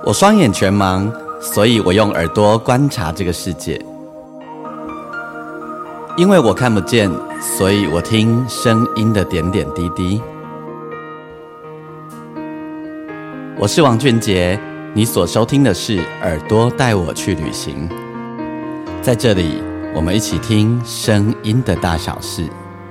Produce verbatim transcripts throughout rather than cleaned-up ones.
我双眼全盲，所以我用耳朵观察这个世界。因为我看不见，所以我听声音的点点滴滴。我是王俊杰，你所收听的是《耳朵带我去旅行》。在这里，我们一起听声音的大小事。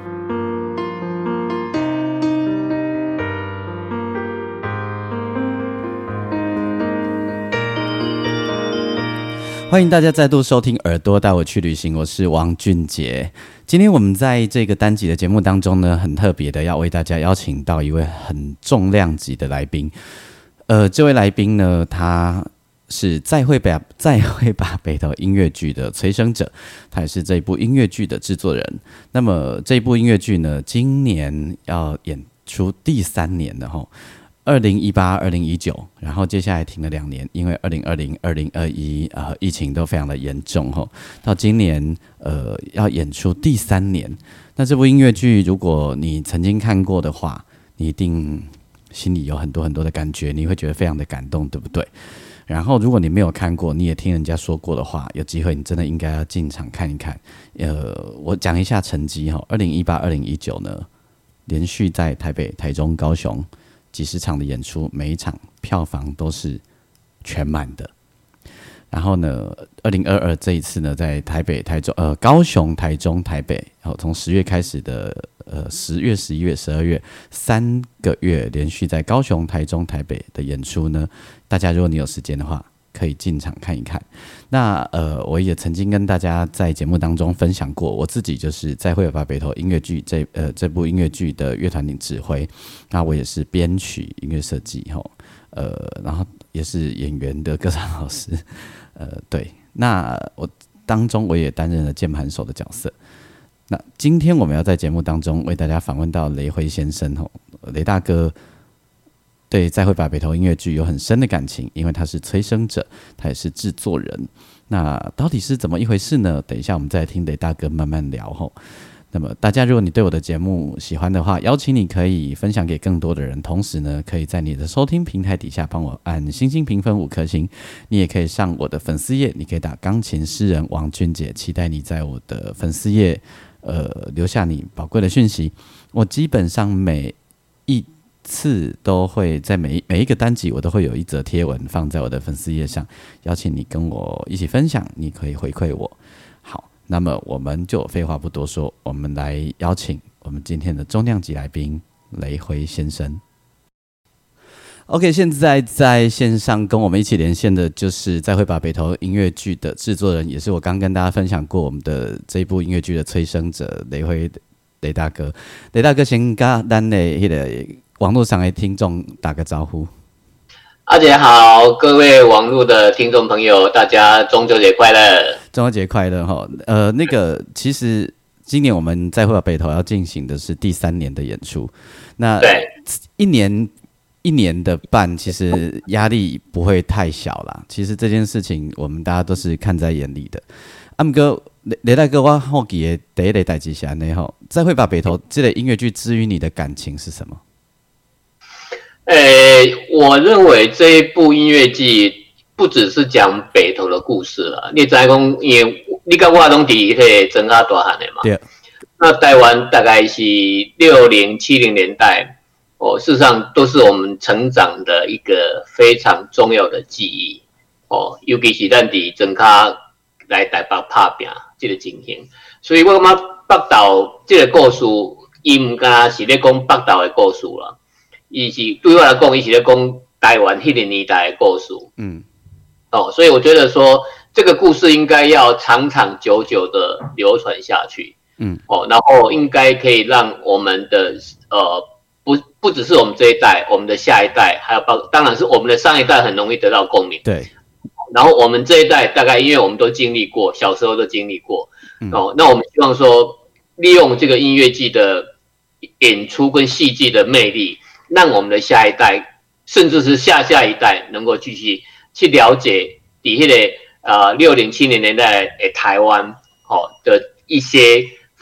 欢迎大家再度收听《耳朵带我去旅行》，我是王俊杰。今天我们在这个单集的节目当中呢，很特别的要为大家邀请到一位很重量级的来宾。呃，这位来宾呢，他是再会吧再会吧北投音乐剧的催生者，他也是这一部音乐剧的制作人。那么这一部音乐剧呢，今年要演出第三年了齁。二零一八、二零一九，然后接下来停了两年，因为二零二零、二零二一呃疫情都非常的严重齁。到今年呃要演出第三年，那这部音乐剧如果你曾经看过的话，你一定心里有很多很多的感觉，你会觉得非常的感动，对不对？然后如果你没有看过，你也听人家说过的话，有机会你真的应该要进场看一看。呃，我讲一下成绩齁，二零一八、二零一九呢，连续在台北、台中、高雄几十场的演出，每一场票房都是全满的。然后呢，二零二二这一次呢，在台北、台中、呃高雄、台中、台北，然后从十月开始的呃十月、十一月、十二月三个月连续在高雄、台中、台北的演出呢，大家如果你有时间的话，可以进场看一看。那呃，我也曾经跟大家在节目当中分享过，我自己就是在再会吧北投音乐剧这呃这部音乐剧的乐团领指挥，那我也是编曲、音乐设计吼，呃，然后也是演员的歌唱老师，呃，对，那我当中我也担任了键盘手的角色。那今天我们要在节目当中为大家访问到雷辉先生吼，雷大哥对再会吧北投音乐剧有很深的感情，因为他是催生者，他也是制作人。那到底是怎么一回事呢？等一下我们再来听雷大哥慢慢聊吼。那么大家如果你对我的节目喜欢的话，邀请你可以分享给更多的人，同时呢，可以在你的收听平台底下帮我按星星评分五颗星。你也可以上我的粉丝页，你可以打钢琴诗人王俊杰，期待你在我的粉丝页呃留下你宝贵的讯息。我基本上每一次都会在每一每一个单集，我都会有一则贴文放在我的粉丝页上，邀请你跟我一起分享，你可以回馈我。好，那么我们就废话不多说，我们来邀请我们今天的重量级来宾雷辉先生。OK， 现在在线上跟我们一起连线的就是再会吧北投音乐剧的制作人，也是我刚跟大家分享过我们的这一部音乐剧的催生者雷辉雷大哥。雷大哥先跟咱的那个网络上的听众打个招呼。 阿姐好，各位网络的听众朋友，大家中秋节快乐！ 中秋节快乐哈！呃，那个其实今年我们再会吧北投要进行的是第三年的演出，那对一年一年的办，其实压力不会太小啦。其实这件事情我们大家都是看在眼里的。啊，不过雷大哥，我好奇的第一个代志是安尼吼，再会吧北投这类音乐剧之于你的感情是什么？ 呃，我认为这一部音乐剧不只是讲北投的故事了。你知道讲，因为你跟我都在迄个庄稼大汉的嘛。 对。 那台湾大概是六零七零年代，哦，事实上都是我们成长的一个非常重要的记忆。哦，尤其是咱伫庄稼来台北打拼这个情形，所以我感觉北投这个故事，伊唔单是咧讲北投的故事啦。伊是对我来讲，伊是在讲台湾那个年代的故事。嗯，哦，所以我觉得说，这个故事应该要长长久久的流传下去。嗯，哦，然后应该可以让我们的呃，不不只是我们这一代，我们的下一代，还有包，当然是我们的上一代很容易得到共鸣。 对。 然后我们这一代大概，因为我们都经历过，小时候都经历过。嗯、哦，那我们希望说，利用这个音乐剧的演出跟戏剧的魅力。让我们的下一代，甚至是下下一代，能够继续去了解底下的呃六零七零年代的台湾哦的一些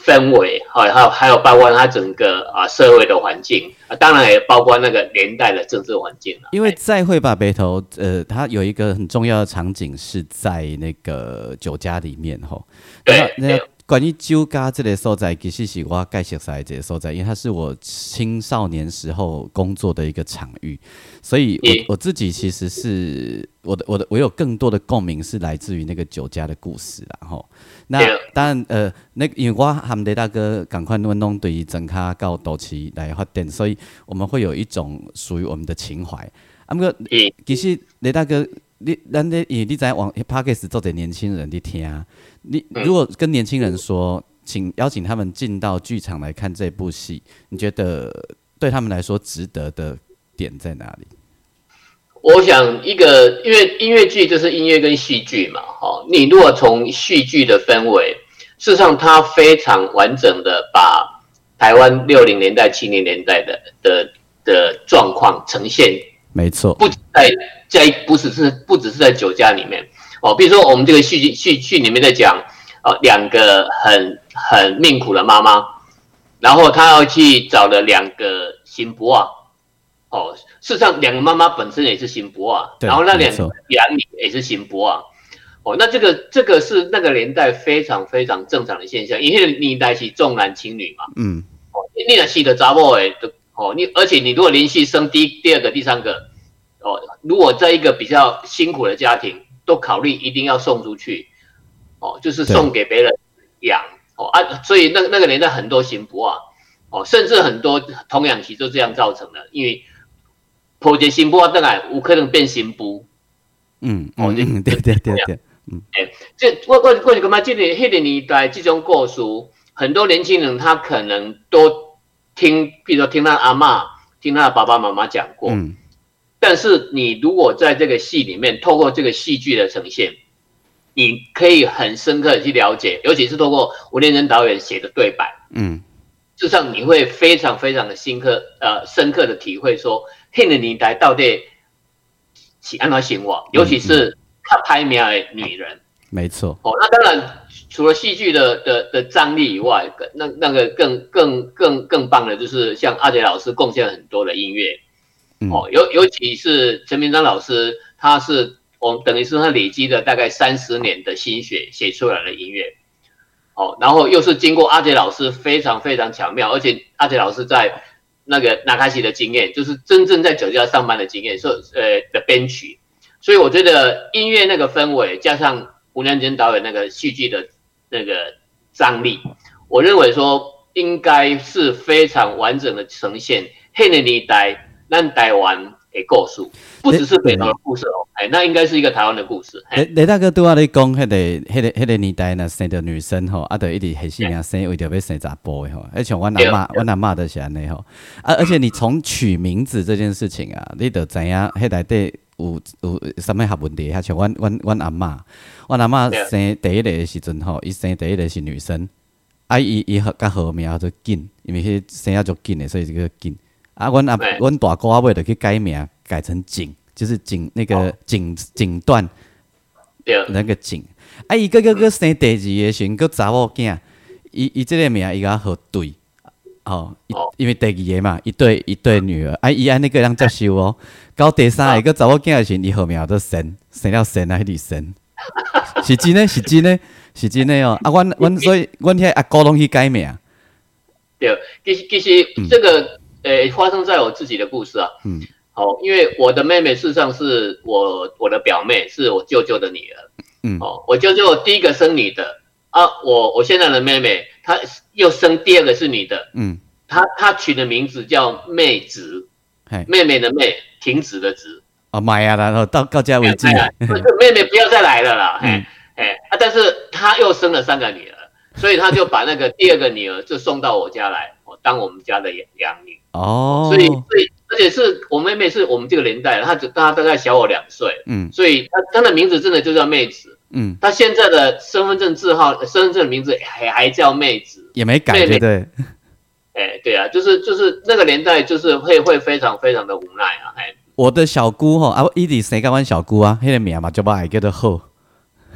氛围，还有还有包括它整个啊社会的环境，啊，当然也包括那个年代的政治环境了。 因为再会吧北投，呃，它有一个很重要的场景是在那个酒家里面吼。 对， 那关于酒家这个所在，其实是我介绍的这个所在，因为它是我青少年时候工作的一个场域，所以我我自己其实是我的我的我有更多的共鸣是来自于那个酒家的故事啦吼。那当然呃，那因为我和雷大哥赶快运动对于整卡到斗旗来发展，所以我们会有一种属于我们的情怀。啊，不过其实雷大哥，你咱咧，因为你在往 Podcast 做点年轻人你听，你如果跟年轻人说，请邀请他们进到剧场来看这部戏，你觉得对他们来说值得的点在哪里？ 我想一个，因为音乐剧就是音乐跟戏剧嘛，哈，你如果从戏剧的氛围，事实上它非常完整的把台湾六零年代、七零年代的的的状况呈现， 没错， 不在在不只是不只是在酒家里面哦，比如说我们这个戏剧戏剧里面在讲，呃，两个很很命苦的妈妈，然后她要去找了两个新妇啊。哦，事实上，两个妈妈本身也是新妇啊，然后那两个养女也是新妇啊。哦，那这个这个是那个年代非常非常正常的现象，因为年代是重男轻女嘛。嗯。哦，你若是的查某诶，哦，你而且你如果连续生第第二个、第三个，哦，如果在一个比较辛苦的家庭，都考虑一定要送出去，哦，就是送给别人养。哦啊，所以那那个年代很多新妇啊，哦，甚至很多童养媳就这样造成的，因为。抱一个新妇啊，等来有可能变新妇。嗯，哦，嗯，对对对对，嗯，哎、欸，这我我我是感觉这个那个年代这种故事，很多年轻人他可能都听，比如说听他阿嬷、听他的爸爸妈妈讲过。嗯，但是你如果在这个戏里面，透过这个戏剧的呈现，你可以很深刻的去了解，尤其是透过吴念真导演写的对白。嗯。事实上，你会非常非常的深刻，呃，深刻的体会说，那个年代到底是安怎生活，尤其是较歹命的女人。 没错。哦， 那当然，除了戏剧的的的张力以外，那那个更更更更棒的就是像阿杰老师贡献很多的音乐。嗯、哦，尤尤其是陈明章老师，他是我等于是他累积了大概三十年的心血写出来的音乐。哦，然后又是经过阿杰老师非常非常巧妙，而且阿杰老师在那个纳卡西的经验，就是真正在酒家上班的经验，是呃的编曲，所以我觉得音乐那个氛围，加上吴念真导演那个戏剧的那个张力，我认为说应该是非常完整的呈现那个年代咱台湾的故事，不只是北投的故事哦，哎，那应该是一个台湾的故事。 雷雷大哥拄仔咧讲，迄个、迄个、迄个年代呢，生着女生吼，啊，就一直系死命生，为着要生查甫的吼，而像阮阿嬷，阮阿嬷就是安尼吼，啊，而且你从取名字这件事情啊，你就知影迄内底有有什么学问题，像阮阮阮阿嬷，阮阿嬷生第一个的时阵吼，伊生第一个是女生，啊，伊伊甲号名叫做紧，因为迄生啊足紧的，所以就叫紧。啊，阮阿阮大哥阿尾就去改名，改成锦，就是锦那个锦锦缎，那个锦。啊，伊个个个生第二个时，个查某囝，伊伊这个名伊甲号对，哦，因为第二个嘛，一对一对女儿，啊，伊安尼个人接受哦。到第三个个查某囝的时，伊号名叫做神，生了神啊，迄个神，是真诶，是真诶，是真诶哦。啊，阮阮所以，阮遐阿哥拢去改名。 对，其实其实这个。呃，发生在我自己的故事啊，嗯，好、哦，因为我的妹妹事实上是我我的表妹，是我舅舅的女儿，嗯，哦，我舅舅第一个生女的啊，我我现在的妹妹她又生第二个是女的，嗯，她她取的名字叫妹子，妹妹的妹，停止的止， 哦妈呀，然后到到家为止， 妹妹不要再来了啦，哎哎、嗯、啊，但是她又生了三个女儿，所以她就把那个第二个女儿就送到我家来，哦，当我们家的养女。哦，所以所以而且是我妹妹是我们这个年代，她只她大概小我两岁，嗯，所以她她的名字真的就叫妹子，嗯，她现在的身份证字号、身份证的名字还还叫妹子， 也没改，对对， 哎，对啊，就是就是那个年代，就是会会非常非常的无奈啊，哎， 我的小姑吼啊，伊直生甲阮小姑啊，迄个名嘛就把爱叫做好，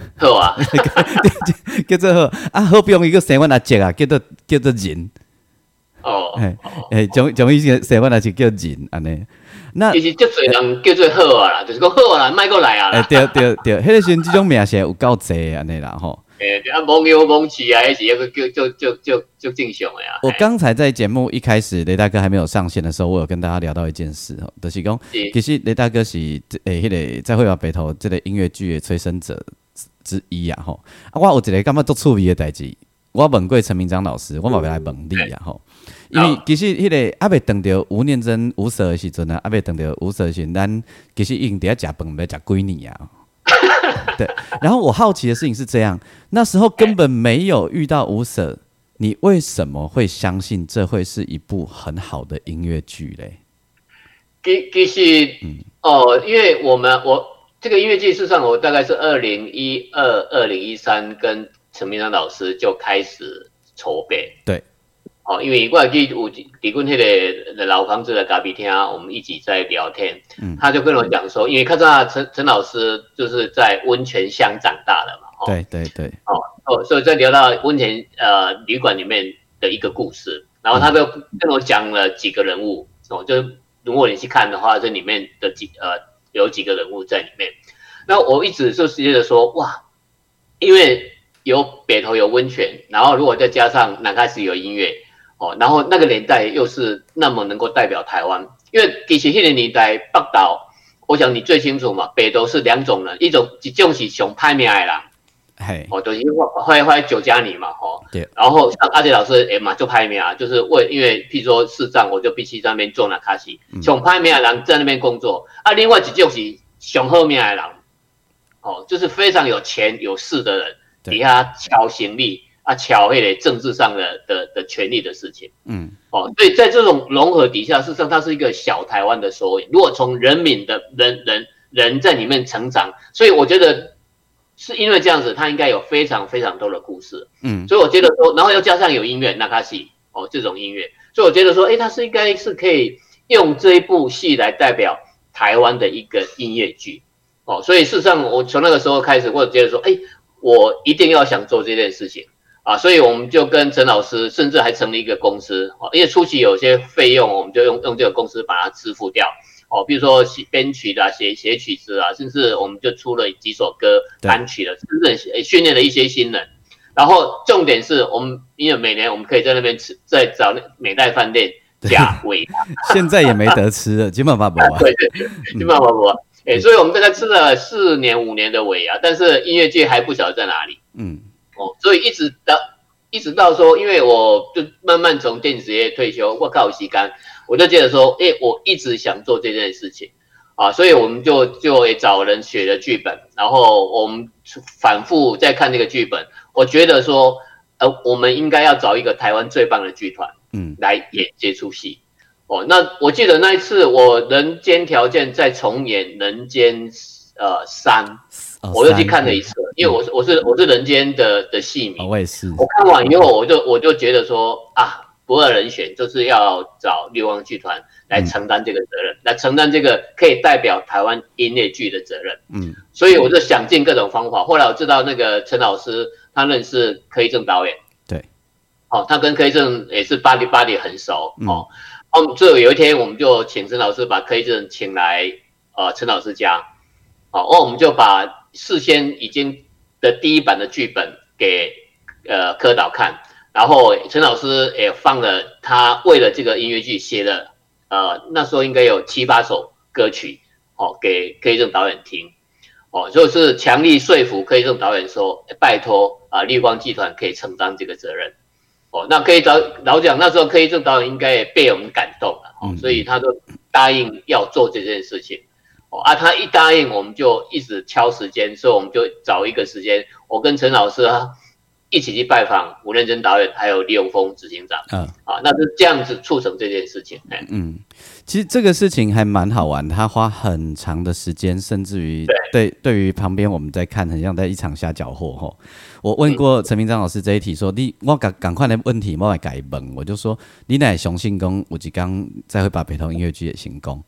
好啊， 叫做好啊，好不容易个生阮阿姐啊，叫做叫做人。 哦， 哎哎，从从以前生阮阿是叫人安尼。那其实足侪人叫做好啊啦，就是讲好啊啦，莫过来啊啦。 哎，对对对，迄个时阵即种名是有够济安尼啦吼。 诶，啊，蒙牛蒙起啊，迄是一个就就就就就正常的呀。 我刚才在节目一开始，雷大哥还没有上线的时候，我有跟大家聊到一件事哦，就是讲，其实雷大哥是诶，迄、那个在会话北头这个音乐剧的催生者之一啊吼。啊，我有一个感觉足趣味的代志，我问过陈明章老师，我嘛要来问你啊吼。因为其实迄个还未等到吴念真吴 Sir 的时阵啊，还未等到吴 Sir 的时阵，咱其实已经伫遐食饭，要食几年啊。对，然后我好奇的事情是这样，那时候根本没有遇到吴 Sir， 你为什么会相信这会是一部很好的音乐剧嘞？ 其其实，嗯、哦，因为我们我这个音乐剧，事实上我大概是二零一二、二零一三跟陈明章老师就开始筹备。 对。 哦，因为我还记得有伫阮迄个老房子的咖啡厅，我们一起在聊天，嗯、他就跟我讲说，因为看到陈陈老师就是在温泉乡长大的嘛， 哦、对对对， 哦哦，所以在聊到温泉呃旅馆里面的一个故事，然后他就跟我讲了几个人物，哦，就是如果你去看的话，这里面的几呃有几个人物在里面，那我一直就是觉得说，哇，因为有北投有温泉，然后如果再加上南开始有音乐。哦，然后那个年代又是那么能够代表台湾，因为其实那个年代北岛，我想你最清楚嘛，北投是两种人，一种一种是上歹命的人， 嘿， 哦，就是坏坏酒家里嘛，哦， 对， 然后像阿杰老师也嘛就歹命啊，就是为因为譬如说视障，我就必须在那边做那卡西，上歹命的人在那边工作，啊，另外一种是上好命的人，哦，就是非常有钱有势的人，底下敲行李。啊，巧迄个政治上的的的权利的事情，嗯，哦，所以在这种融合底下，事实上它是一个小台湾的缩影。如果从人民的人人人在里面成长，所以我觉得是因为这样子，它应该有非常非常多的故事，嗯，所以我觉得说，然后又加上有音乐，那卡西哦这种音乐，所以我觉得说，哎，它是应该是可以用这一部戏来代表台湾的一个音乐剧，哦，所以事实上我从那个时候开始，我觉得说，哎，我一定要想做这件事情。啊，所以我们就跟陈老师，甚至还成立一个公司，哦，因为初期有些费用，我们就用用这个公司把它支付掉，哦，比如说编曲的、写写曲子啊，甚至我们就出了几首歌单曲了，甚至训练了一些新人。然后重点是我们，因为每年我们可以在那边吃，在找美代饭店加尾牙， 现在也没得吃了，基本上不啊。 对对对，基本上不啊。哎，所以我们大概吃了四年五年的尾牙，但是音乐界还不晓得在哪里。嗯。哦，所以一直到一直到说，因为我就慢慢从电子业退休，我靠时间，我就觉得说，哎，我一直想做这件事情啊，所以我们就就也找人写了剧本，然后我们反复再看这个剧本，我觉得说，呃，我们应该要找一个台湾最棒的剧团，嗯，来演这出戏。哦，那我记得那一次我人间条件再重演人间呃三。我又去看了一次，因为我是我是我是人间的的戏迷， 我也是。 我看完以后，我就我就觉得说啊，不二人选就是要找六旺剧团来承担这个责任，嗯、来承担这个可以代表台湾音乐剧的责任。嗯，所以我就想尽各种方法。后来我知道那个陈老师他认识柯一正导演， 对， 哦，他跟柯一正也是巴黎巴黎很熟，嗯、哦，哦，所以有一天我们就请陈老师把柯一正请来呃陈老师家，好、哦，我们就把事先已经的第一版的剧本给呃柯导看，然后陈老师也放了他为了这个音乐剧写了呃那时候应该有七八首歌曲哦给柯一正导演听哦，就是强力说服柯一正导演说拜托啊绿光集团可以承担这个责任哦，那柯一导老讲那时候柯一正导演应该也被我们感动了哦，所以他就答应要做这件事情。啊，他一答应，我们就一直敲时间，所以我们就找一个时间，我跟陈老师啊一起去拜访吴认真导演，还有李永峰执行长。嗯，啊，那是这样子促成这件事情。 嗯，其实这个事情还蛮好玩，他花很长的时间，甚至于对对于旁边我们在看，很像在一场瞎搅和吼。我问过陈明章老师这一题说，你我赶赶快的问题，我来改问，我就说你乃相信讲有一天再会把北投音乐剧也成功。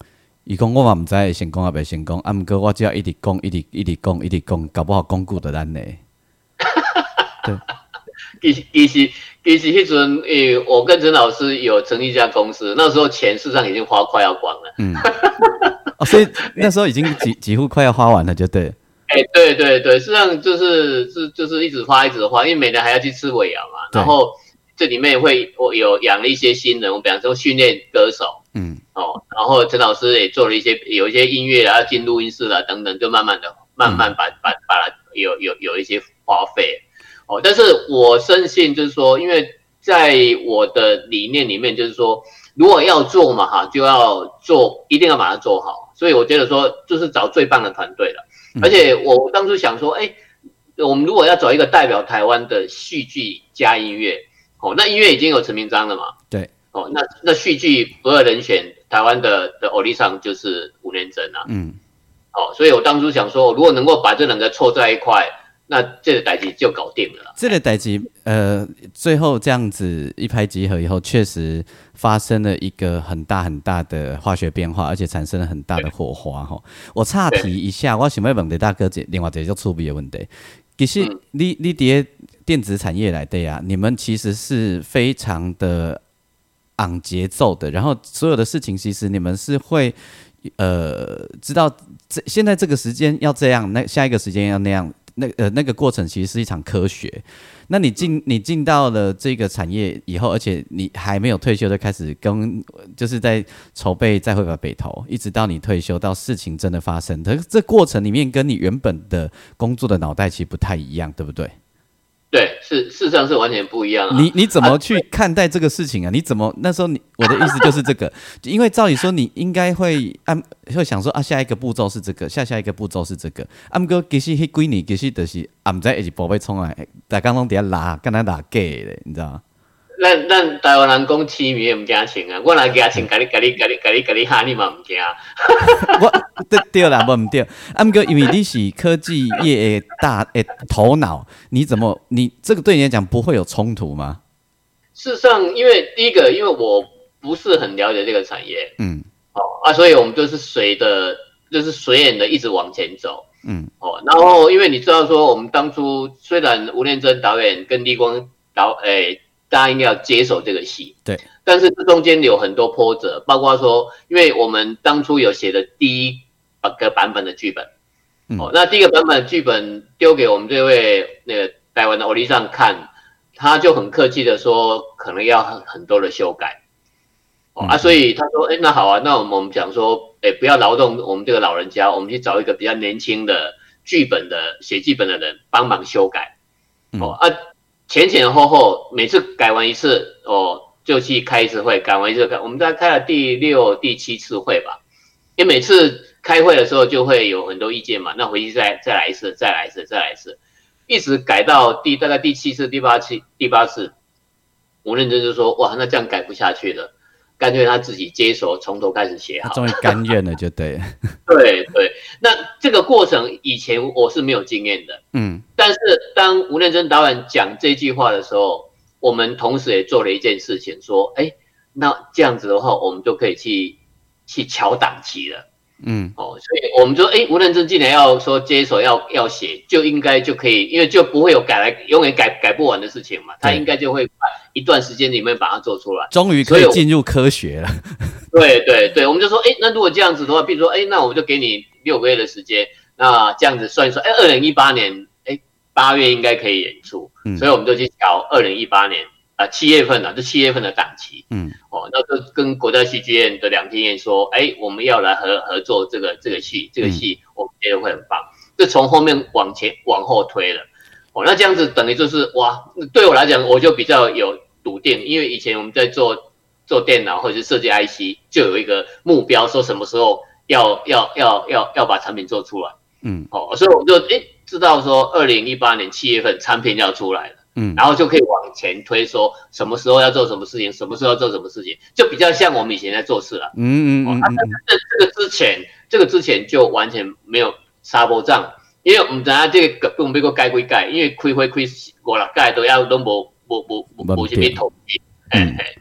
伊讲我嘛毋知会成功也袂成功，啊，毋过我只要一直讲，一直一直讲，一直讲，搞不好讲久的咱呢。对， 其实其实其实迄阵，诶，我跟陈老师有成立一家公司，那时候钱事实上已经花快要光了。嗯， 哦，所以那时候已经几几乎快要花完了，就对了。 哎、欸，对对对，实际上就是是就是一直花一直花，因为每年还要去吃尾牙嘛，然后这里面会我有养了一些新人，我比方说训练歌手，嗯，哦，然后陈老师也做了一些有一些音乐啦，要进录音室啦等等，就慢慢的慢慢把、嗯、把把它有有有一些花费，哦，但是我深信就是说，因为在我的理念里面就是说，如果要做嘛哈，就要做，一定要把它做好，所以我觉得说就是找最棒的团队了。而且我当初想说，哎、欸，我们如果要找一个代表台湾的戏剧加音乐，哦，那音乐已经有陈明章了嘛？ 对， 哦，那那戏剧不二人选，台湾的的偶力上就是吴念真啊，嗯，哦，所以我当初想说，如果能够把这两个凑在一块，那这个代志就搞定了啦。 这个代志，呃，最后这样子一拍即合以后，确实发生了一个很大很大的化学变化，而且产生了很大的火花哈。我岔题一下，我想要问你大哥另外一个较趣味的问题。其实你你伫电子产业来的呀，你们其实是非常的昂节奏的，然后所有的事情其实你们是会呃知道这现在这个时间要这样，那下一个时间要那样。那呃那个过程其实是一场科学。那你进你进到了这个产业以后，而且你还没有退休就开始跟就是在筹备再会把北投，一直到你退休到事情真的发生，这这过程里面跟你原本的工作的脑袋其实不太一样，对不对？ 对，是事实上是完全不一样、啊。 你你怎么去看待这个事情啊？你怎么那时候你我的意思就是这个，因为照理说你应该会按会想说啊，下一个步骤是这个，下下一个步骤是这个。啊，不过其实迄几年其实就是也不知一直步要冲来，大家拢伫遐拉，跟他拉假的，你知道吗？ 咱咱台湾人讲痴迷唔惊情啊，我若惊情，甲你甲你甲你甲你甲你吓你嘛唔惊。 我对对啦，不唔对。啊，不过因为你是科技业的大诶头脑，你怎么你这个对你来讲不会有冲突吗？ 事实上，因为第一个，因为我不是很了解这个产业，嗯，哦啊，所以我们就是随的，就是随缘的一直往前走，嗯，哦，然后因为你知道说，我们当初虽然吴念真导演跟立光导诶。答应要接手这个戏， 对， 但是这中间有很多波折，包括说，因为我们当初有写的第一个版本的剧本，嗯、哦，那第一个版本的剧本丢给我们这位那个台湾的欧丽上看，他就很客气的说，可能要很很多的修改，哦、嗯、啊，所以他说，哎，那好啊，那我们我们讲说，哎，不要劳动我们这个老人家，我们去找一个比较年轻的剧本的写剧本的人帮忙修改，哦、嗯、啊。前前后后每次改完一次哦，就去开一次会，改完一次改，我们大概开了第六、第七次会吧。因为每次开会的时候就会有很多意见嘛，那回去再再来一次，再来一次，再来一次，一直改到第大概第七次、第八次、第八次，吴念真就说：“哇，那这样改不下去了，干脆他自己接手，从头开始写好。” 他终于甘愿了，就对了。 对对，那这个过程以前我是没有经验的，嗯，但是当吴念真导演讲这句话的时候，我们同时也做了一件事情，说，哎，那这样子的话，我们就可以去去调档期了，嗯，哦，所以我们就，哎，吴念真既然要说接手要要写，就应该就可以，因为就不会有改来永远改改不完的事情嘛，他应该就会一段时间里面把它做出来， 终于可以进入科学了。 对对对，我们就说，哎，那如果这样子的话，比如说，哎，那我们就给你六个月的时间，那这样子算一算，哎，二零一八年，哎，八月应该可以演出，嗯、所以我们就去调二零一八年啊七月份啊，就七月份的档期，嗯，哦，那就跟国家戏剧院的两厅院说，哎，我们要来合合作这个这个戏，这个戏我们觉得会很棒，就从后面往前往后推了，哦，那这样子等于就是哇，对我来讲我就比较有笃定，因为以前我们在做。做电脑或者是设计 I C 就有一个目标，说什么时候要要要要要把产品做出来，嗯，哦，所以我就哎知道说二零一八年七月份产品要出来了，嗯，然后就可以往前推，说什么时候要做什么事情，什么时候要做什么事情，就比较像我们以前在做事了，嗯嗯嗯，啊，这这个之前这个之前就完全没有沙波账，因为我们知道这个根本没个改归改，因为开会开五六改都要都无无无无无什么统计，哎哎。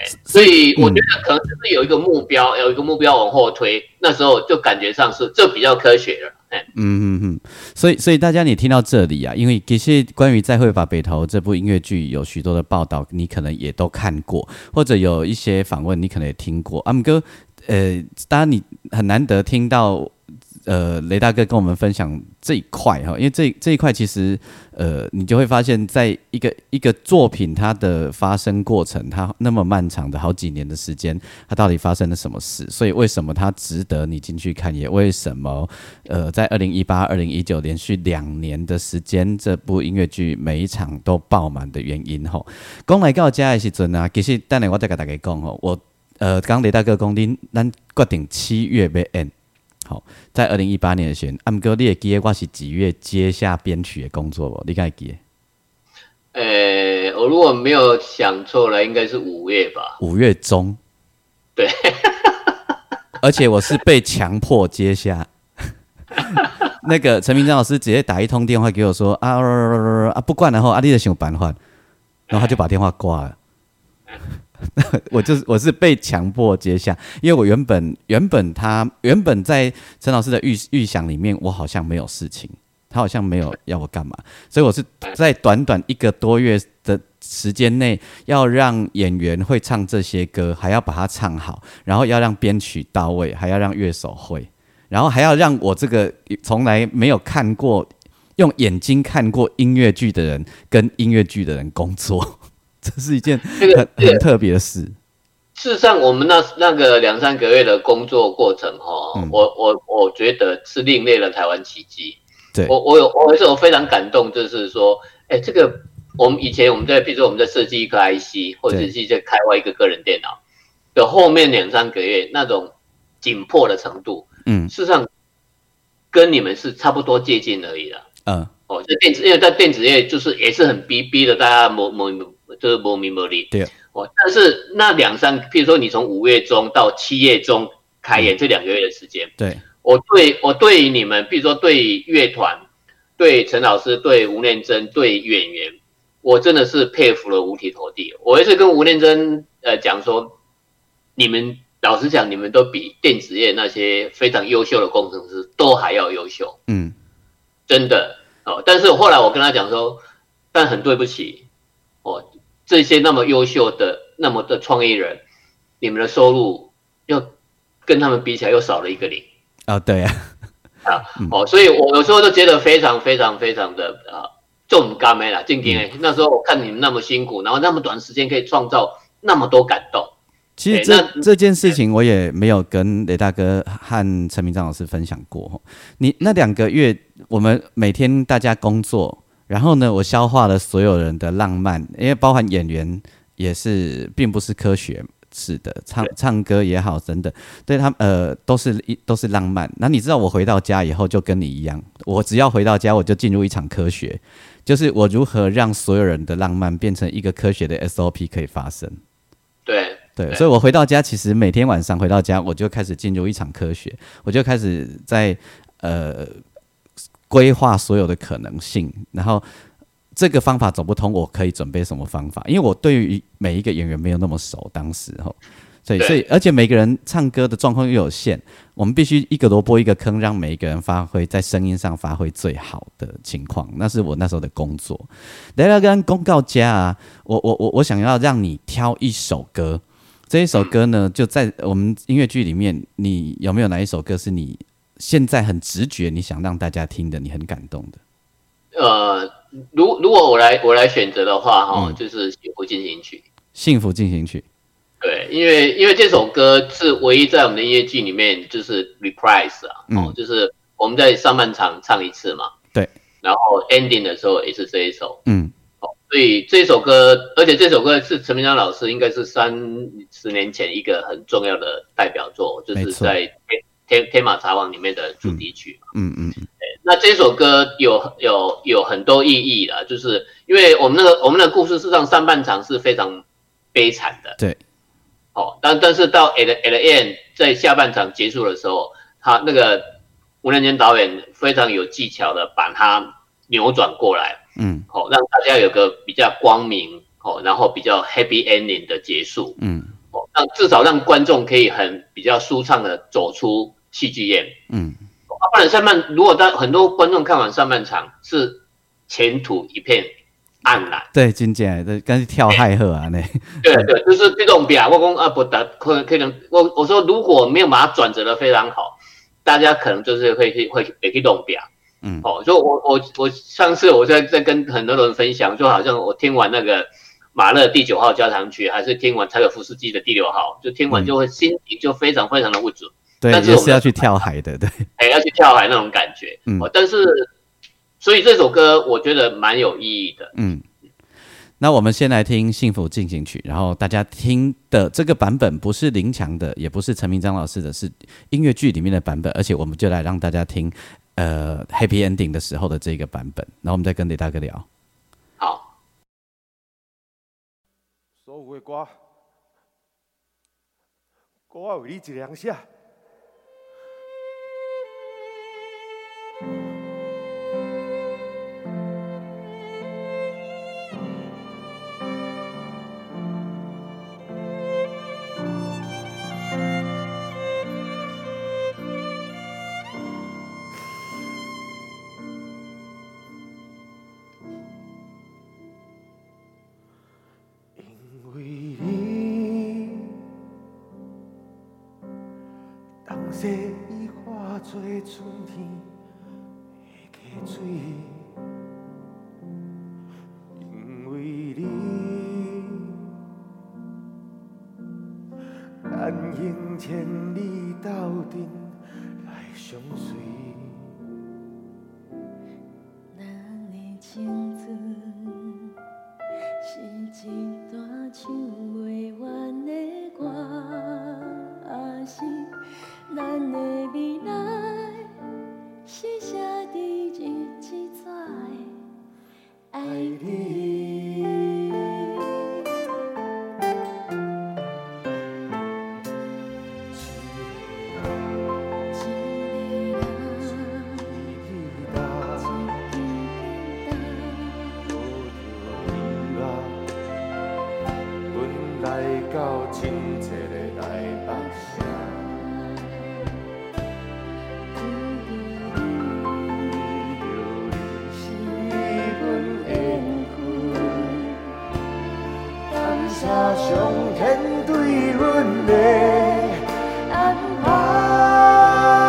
所以我觉得可能就是有一个目标，有一个目标往后推，那时候就感觉上是这比较科学了。 嗯嗯嗯，所以所以大家你听到这里啊，因为其实关于《再会吧北投》这部音乐剧有许多的报道，你可能也都看过，或者有一些访问你可能也听过。阿姆哥，呃，当然你很难得听到。呃，雷大哥跟我们分享这一块哈，因为这这一块其实呃，你就会发现，在一个一个作品它的发生过程，它那么漫长的好几年的时间，它到底发生了什么事？所以为什么它值得你进去看？也为什么呃，在二零一八、二零一九连续两年的时间，这部音乐剧每一场都爆满的原因哈。讲来到这的时阵啊，其实等下我再跟大家讲哦，我呃，刚雷大哥讲，恁咱决定七月要演。好，在二零一八年的时候，阿姆哥，你会记得我是几月接下编曲的工作不？你敢记得？ 呃，我如果没有想错了，应该是五月吧。 五月中。 对。 而且我是被强迫接下。那个陈明章老师直接打一通电话给我说啊啊不管了后，啊你就想办法，然后他就把电话挂了。我就是我是被强迫接下，因为我原本原本他原本在陈老师的预预想里面，我好像没有事情，他好像没有要我干嘛，所以我是在短短一个多月的时间内，要让演员会唱这些歌，还要把它唱好，然后要让编曲到位，还要让乐手会，然后还要让我这个从来没有看过用眼睛看过音乐剧的人跟音乐剧的人工作。这是一件很、这个、很特别的事。 事实上，我们那那个两三个月的工作过程，哈、嗯，我我我觉得是另类的台湾奇迹。 对， 我我有我有非常感动，就是说，哎，这个我们以前我们在，比如说我们在设计一个 I C， 或者是在开发一个个人电脑的后面两三个月那种紧迫的程度，嗯，事实上跟你们是差不多接近而已了。嗯，哦，这电子，因为在电子业就是也是很逼逼的，大家某某。就是没名没利， 对哦。但是那两三，譬如说你从五月中到七月中开演、嗯、这两个月的时间， 对， 我对我对于你们，比如说对乐团、对陈老师、对吴念真、对演员，我真的是佩服了五体投地。我一直跟吴念真呃讲说，你们老实讲，你们都比电子业那些非常优秀的工程师都还要优秀，嗯，真的哦。但是后来我跟他讲说，但很对不起，哦。这些那么优秀的、那么的创意人，你们的收入又跟他们比起来又少了一个零。 哦，对啊， 啊，嗯、哦，所以我有时候都觉得非常、非常、非常的啊，重甘美啦，敬敬哎。那时候我看你们那么辛苦，然后那么短时间可以创造那么多感动。 其实这这件事情我也没有跟雷大哥和陈明章老师分享过。你那两个月，我们每天大家工作。然后呢，我消化了所有人的浪漫，因为包含演员也是，并不是科学式的，唱唱歌也好，等等，对他们呃都是都是浪漫。那你知道，我回到家以后就跟你一样，我只要回到家，我就进入一场科学，就是我如何让所有人的浪漫变成一个科学的 S O P 可以发生。 对对，对所以我回到家，其实每天晚上回到家，我就开始进入一场科学，我就开始在呃。规划所有的可能性，然后这个方法走不通，我可以准备什么方法？因为我对于每一个演员没有那么熟，当时吼，所以所以而且每个人唱歌的状况又有限，我们必须一个萝卜一个坑，让每一个人发挥在声音上发挥最好的情况，那是我那时候的工作。来到跟公告家啊，我我我我想要让你挑一首歌，这一首歌呢，就在我们音乐剧里面，你有没有哪一首歌是你？现在很直觉，你想让大家听的，你很感动的。 呃，如如果我来我来选择的话，哈、嗯，就是《幸福进行曲》。 幸福进行曲。 对，因为因为这首歌是唯一在我们的音乐剧里面就是 reprise 啊，嗯、哦，就是我们在上半场唱一次嘛， 对， 然后 ending 的时候也是这一首， 嗯， 哦，所以这首歌，而且这首歌是陈明章老师应该是三十年前一个很重要的代表作，就是在。天天马茶网里面的主题曲嘛，嗯嗯嗯，那这首歌有有有很多意义啦，就是因为我们那个我们的故事事实上上半场是非常悲惨的， 对， 哦，但但是到 at at the end 在下半场结束的时候，他那个吴念真导演非常有技巧的把它扭转过来，嗯，好、哦，让大家有个比较光明，哦，然后比较 happy ending 的结束，嗯。 让至少让观众可以很比较舒畅的走出戏剧院。嗯，不然上半如果当很多观众看完上半场是前途一片黯然。 对，真正的跟跳海河啊，那对对，就是这种表，我讲啊不得可能可能我我说如果没有把它转折的非常好，大家可能就是会会会会去弄表。嗯，哦，所以我我我上次我在在跟很多人分享，就好像我听完那个马勒第九号交响曲，还是听完柴可夫斯基的第六号，就听完就会心情就非常非常的不准。 对，但是也是要去跳海的，对， 哎，要去跳海那种感觉。嗯，哦、但是所以这首歌我觉得蛮有意义的。 嗯，那我们先来听《幸福进行曲》，然后大家听的这个版本不是林强的，也不是陈明章老师的，是音乐剧里面的版本，而且我们就来让大家听。呃 ，Happy Ending 的时候的这个版本，然后我们再跟雷大哥聊。 好， 所有的歌，歌我为你一人写。细雨化作春天的溪水，因为你，咱用千里斗阵来相随。 咱的青春是一段唱袂完的歌，是。咱的未来是写伫日子纸的爱你。到清澈的台北城。写上天对阮的安排。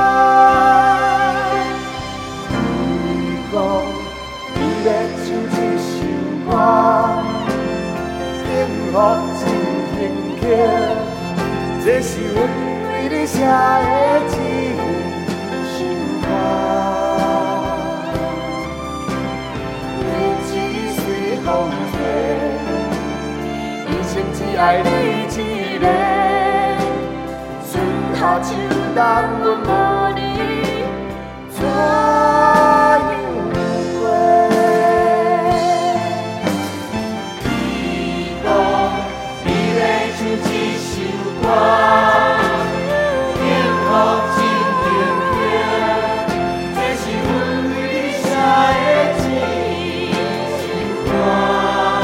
你讲你要唱一首歌，幸福真天巧，这是阮为你写的一首歌。日子随风吹。只爱你一个，春夏秋冬阮无你怎样过？你讲你要唱一首歌，幸福真天巧，这是阮为你写的一首歌。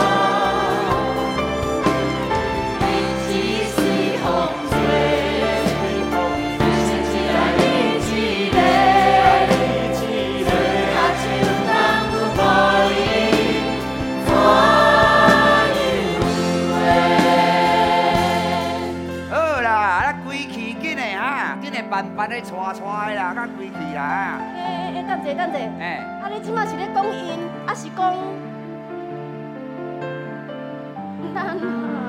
慢慢咧，带带啦，较规气啦。 诶诶，等者等者。 诶， 啊，你即马是咧讲因，还是讲咱啊？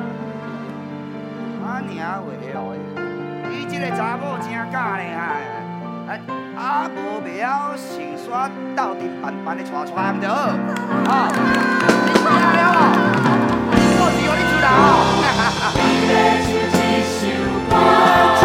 啊，尔话哦，你即个查某真假咧哈！啊啊，无苗成山斗阵慢慢咧，带带唔着好。啊，你听了哦？我是互你出来哦。你要唱一首歌。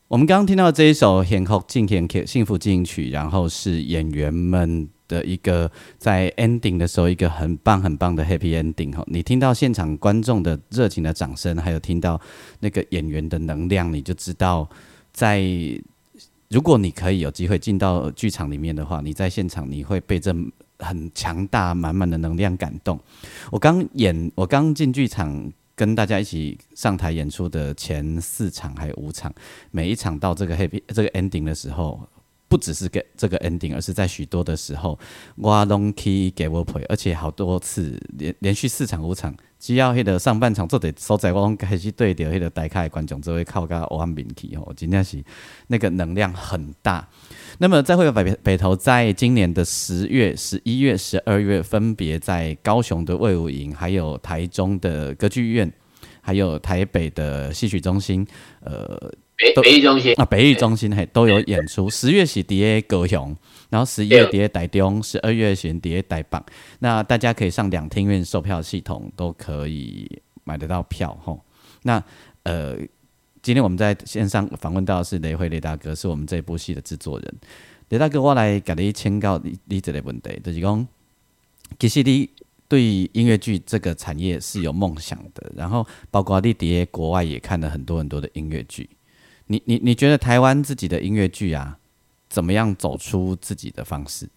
我们刚刚听到这一首《幸福进行曲》幸福进行曲，然后是演员们的一个在 ending 的时候一个很棒很棒的 happy ending。你听到现场观众的热情的掌声，还有听到那个演员的能量，你就知道在如果你可以有机会进到剧场里面的话，你在现场你会被这很强大满满的能量感动。我刚演我刚进剧场跟大家一起上台演出的前四场还有五场，每一场到这个 happy 这个 ending 的时候，不只是给这个 ending， 而是在许多的时候，我都去给我陪，而且好多次 连, 连续四场五场，只要那个上半场做的所在，我都开始对着那个台下的观众，就会靠到黑暗面去吼，真的是那个能量很大。那么再会有北北投在今年的十月、十一月、十二月，分别在高雄的卫武营，还有台中的歌剧院，还有台北的戏曲中心，呃。 北北艺中心啊，北艺中心嘿都有演出。十月是伫高雄，然后十一月伫台中，十二月是伫台北。那大家可以上两厅院售票系统都可以买得到票吼。那呃，今天我们在线上访问到的是雷辉雷大哥，是我们这部戏的制作人。雷大哥，我来给你请教你你这个问题，就是讲，其实你对音乐剧这个产业是有梦想的，然后包括你伫国外也看了很多很多的音乐剧。你你你觉得台湾自己的音乐剧啊，怎么样走出自己的方式？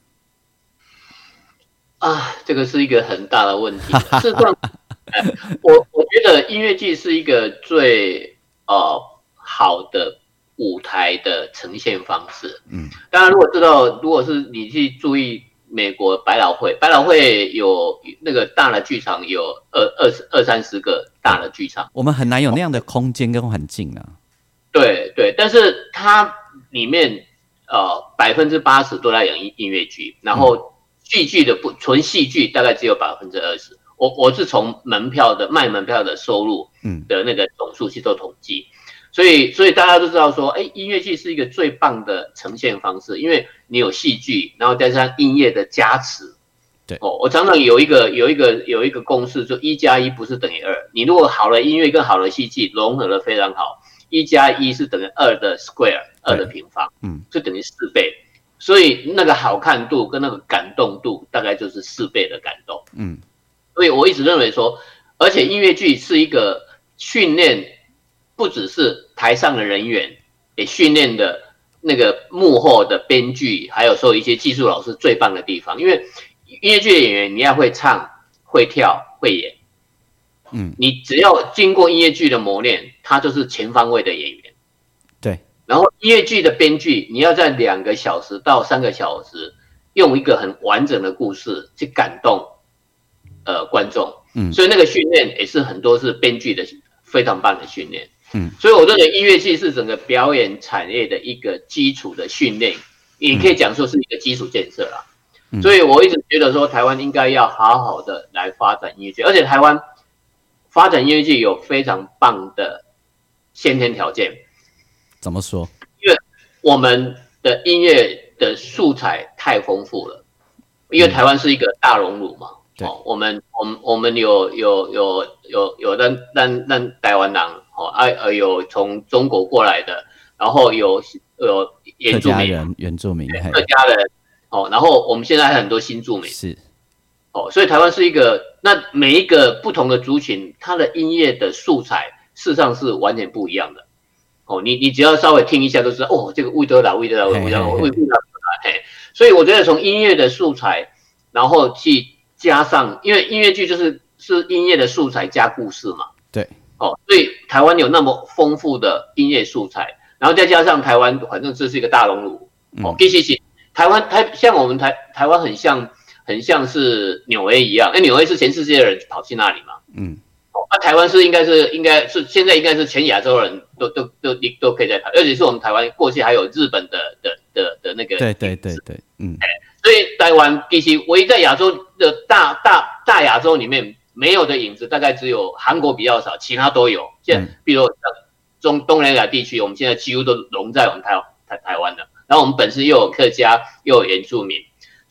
啊，这个是一个很大的问题。事实上，我我觉得音乐剧是一个最呃好的舞台的呈现方式。嗯，当然，如果知道，如果是你去注意美国百老汇，百老汇有那个大的剧场，有二二二三十个大的剧场， 我们很难有那样的空间跟环境啊。 对对，但是它里面呃百分之八十都在演音乐剧，然后戏剧的不纯戏剧大概只有百分之二十。我我是从门票的卖门票的收入的那个总数去做统计，所以所以大家都知道说，哎，音乐剧是一个最棒的呈现方式，因为你有戏剧，然后加上音乐的加持。 对哦，我常常有一个有一个有一个公式，就一加一不是等于二。你如果好的音乐跟好的戏剧融合的非常好，一加一是等于二的 square， 二的平方，嗯，是等于四倍。所以那个好看度跟那个感动度大概就是四倍的感动，嗯。所以我一直认为说，而且音乐剧是一个训练，不只是台上的人员，也训练的那个幕后的编剧，还有说一些技术老师最棒的地方。因为音乐剧的演员，你要会唱、会跳、会演。嗯，你只要经过音乐剧的磨练，他就是全方位的演员。 对。然后音乐剧的编剧，你要在两个小时到三个小时，用一个很完整的故事去感动呃观众。嗯。所以那个训练也是很多是编剧的非常棒的训练。嗯。所以我认为音乐剧是整个表演产业的一个基础的训练，也可以讲说是一个基础建设啦。嗯。所以我一直觉得说，台湾应该要好好的来发展音乐剧，而且台湾发展音乐剧有非常棒的先天条件。 怎么说？ 因为我们的音乐的素材太丰富了，因为台湾是一个大熔炉嘛。嗯哦、我们我们我们有有有有有让让让台湾人哦，啊有从中国过来的，然后有有原住民人、原住民、 客家人哦，然后我们现在还有很多新住民是。 哦，所以台湾是一个，那每一个不同的族群，它的音乐的素材事实上是完全不一样的。哦，你你只要稍微听一下，都知道哦，这个味道啦，味道啦，味道啦，味道啦，嘿。所以我觉得从音乐的素材，然后去加上，因为音乐剧就是是音乐的素材加故事嘛。 对。 哦，所以台湾有那么丰富的音乐素材，然后再加上台湾，反正这是一个大熔炉。哦，其实是台湾台像我们台台湾很像。很像是纽 A 一样，哎，纽 A 是全世界的人跑去那里嘛，嗯，哦，那、啊、台湾是应该是应该是现在应该是全亚洲人都都都都可以在台，而且是我们台湾过去还有日本的的的的那个， 对对对对，嗯， 所以台湾其实唯一在亚洲的大大大亚洲里面没有的影子，大概只有韩国比较少，其他都有，像比如像中东南亚地区，我们现在几乎都融在我们台台台湾了，然后我们本身又有客家又有原住民。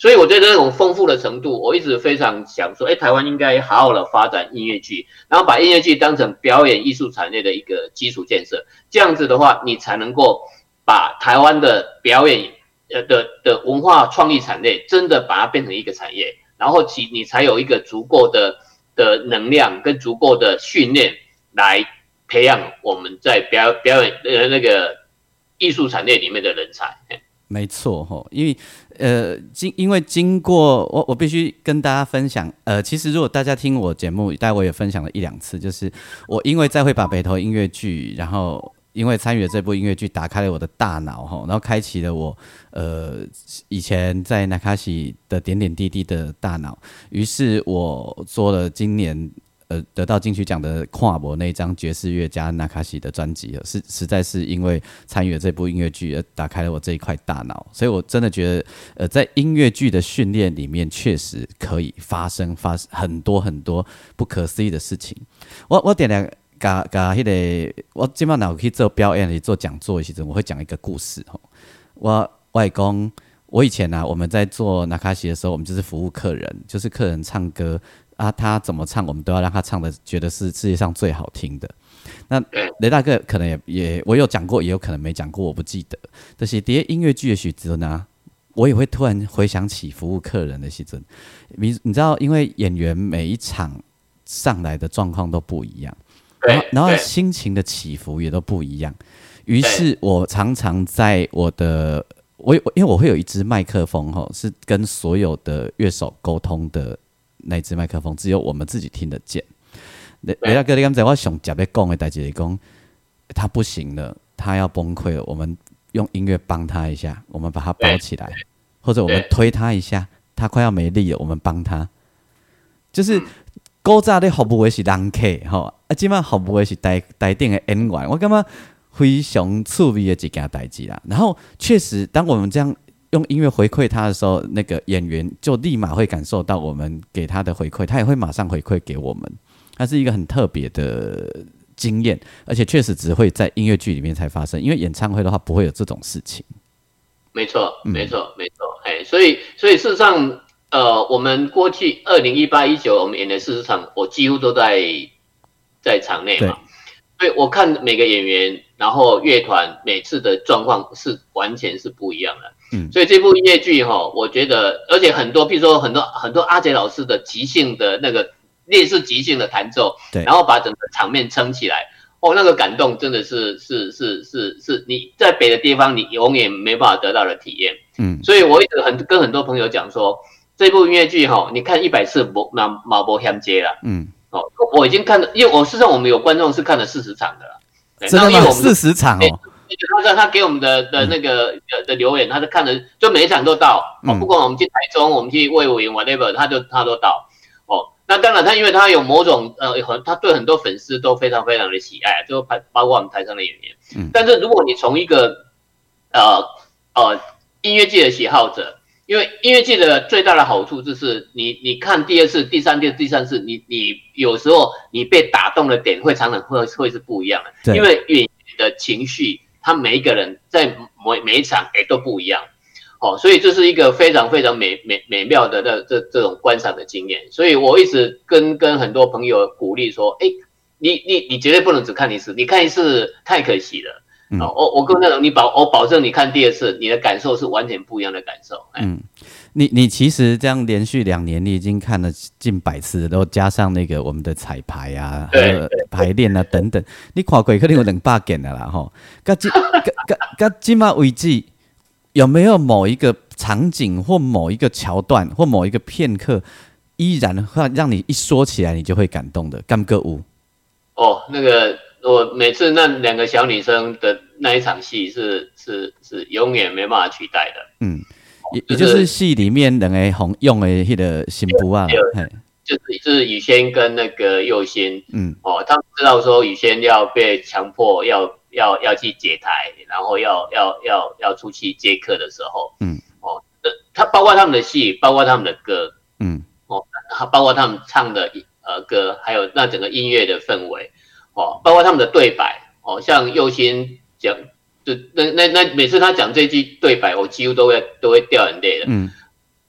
所以我对这种丰富的程度，我一直非常想说，哎，台湾应该好好的发展音乐剧，然后把音乐剧当成表演艺术产业的一个基础建设。这样子的话，你才能够把台湾的表演呃的的文化创意产业真的把它变成一个产业，然后其你才有一个足够的的能量跟足够的训练来培养我们在表表演呃那个艺术产业里面的人才。 没错吼，因为呃经因为经过我我必须跟大家分享，呃其实如果大家听我节目，大概我也分享了一两次，就是我因为再会把北投音乐剧，然后因为参与了这部音乐剧，打开了我的大脑吼，然后开启了我呃以前在那卡西的点点滴滴的大脑，于是我做了今年。呃，得到金曲奖的跨博那一张爵士乐家纳卡西的专辑，是实在是因为参与了这部音乐剧而打开了我这一块大脑，所以我真的觉得，呃，在音乐剧的训练里面，确实可以发生发生很多很多不可思议的事情。我我点了甲甲迄个，我今晚有去做表演、做讲座的时阵，我会讲一个故事吼。我我会讲，我以前啊，我们在做纳卡西的时候，我们就是服务客人，就是客人唱歌。啊，他怎么唱，我们都要让他唱的觉得是世界上最好听的。那雷大哥可能也也，我有讲过，也有可能没讲过，我不记得。但是在音乐剧的时阵呢，我也会突然回想起服务客人的时阵。你你知道，因为演员每一场上来的状况都不一样，然后然后心情的起伏也都不一样。于是我常常在我的我因为我会有一支麦克风吼，是跟所有的乐手沟通的。那一支麦克风只有我们自己听得见。雷大哥，你刚才我想讲要讲的代志是讲，他不行了，他要崩溃了，我们用音乐帮他一下，我们把他包起来，或者我们推他一下，他快要没力了，我们帮他。就是古早咧服务的是人客吼，啊，今晚服务的是台台顶的演员，我感觉非常趣味的一件代志啦。然后确实，当我们这样。用音乐回馈他的时候，那个演员就立马会感受到我们给他的回馈，他也会马上回馈给我们。它是一个很特别的经验，而且确实只会在音乐剧里面才发生，因为演唱会的话不会有这种事情。 没错，没错，没错。哎，所以，所以事实上，呃，我们过去二零一八、一九我们演的四十场，我几乎都在在场内嘛。所以我看每个演员，然后乐团每次的状况是完全是不一样的。嗯，所以这部音乐剧哈，我觉得，而且很多，譬如说很多很多阿杰老师的即兴的那个类似即兴的弹奏，对，然后把整个场面撑起来，哦，那个感动真的是是是是是你在别的地方你永远没办法得到的体验。嗯，所以我一直很跟很多朋友讲说，这部音乐剧哈，你看一百次不马马不嫌接了。嗯，哦，我已经看了，因为我事实上我们有观众是看了四十场的了， 真的吗？四十场哦。 他他给我们的的那个的的留言，他是看的，就每一场都到。哦，不管我们去台中，我们去魏武营 whatever， 他就他都到。哦，那当然他因为他有某种呃，他对很多粉丝都非常非常的喜爱，就包括我们台上的演员。嗯。但是如果你从一个呃呃音乐界的喜好者，因为音乐界的最大的好处就是你你看第二次、第三次、第三次，你你有时候你被打动的点会常常会会是不一样的，因为演员的情绪。他每一个人在每每一场也都不一样，哦，所以这是一个非常非常美美美妙的这这这种观赏的经验。所以我一直跟跟很多朋友鼓励说，哎，你你你绝对不能只看一次，你看一次太可惜了。嗯、哦，我我跟那种你保我保证你看第二次，你的感受是完全不一样的感受。嗯， 你你其实这样连续两年，你已经看了近百次，然后加上那个我们的彩排啊，还有排练啊等等，你看过可能有两百件了啦吼。到今到今嘛为止，有没有某一个场景或某一个桥段或某一个片刻，依然会让你一说起来你就会感动的？敢歌舞？ 哦，那个。我每次那两个小女生的那一场戏是是是永远没办法取代的。嗯， 也也就是戏里面两个红用的那个新妇啊， 就是就是宇轩跟那个佑欣，嗯，哦，他们知道说宇轩要被强迫要要要去解台，然后要要要要出去接客的时候，嗯，哦，他包括他们的戏，包括他们的歌，嗯，哦，包括他们唱的呃歌，还有那整个音乐的氛围。哦，包括他们的对白，哦，像佑欣讲，就那那那每次他讲这句对白，我几乎都会都会掉眼泪的。嗯，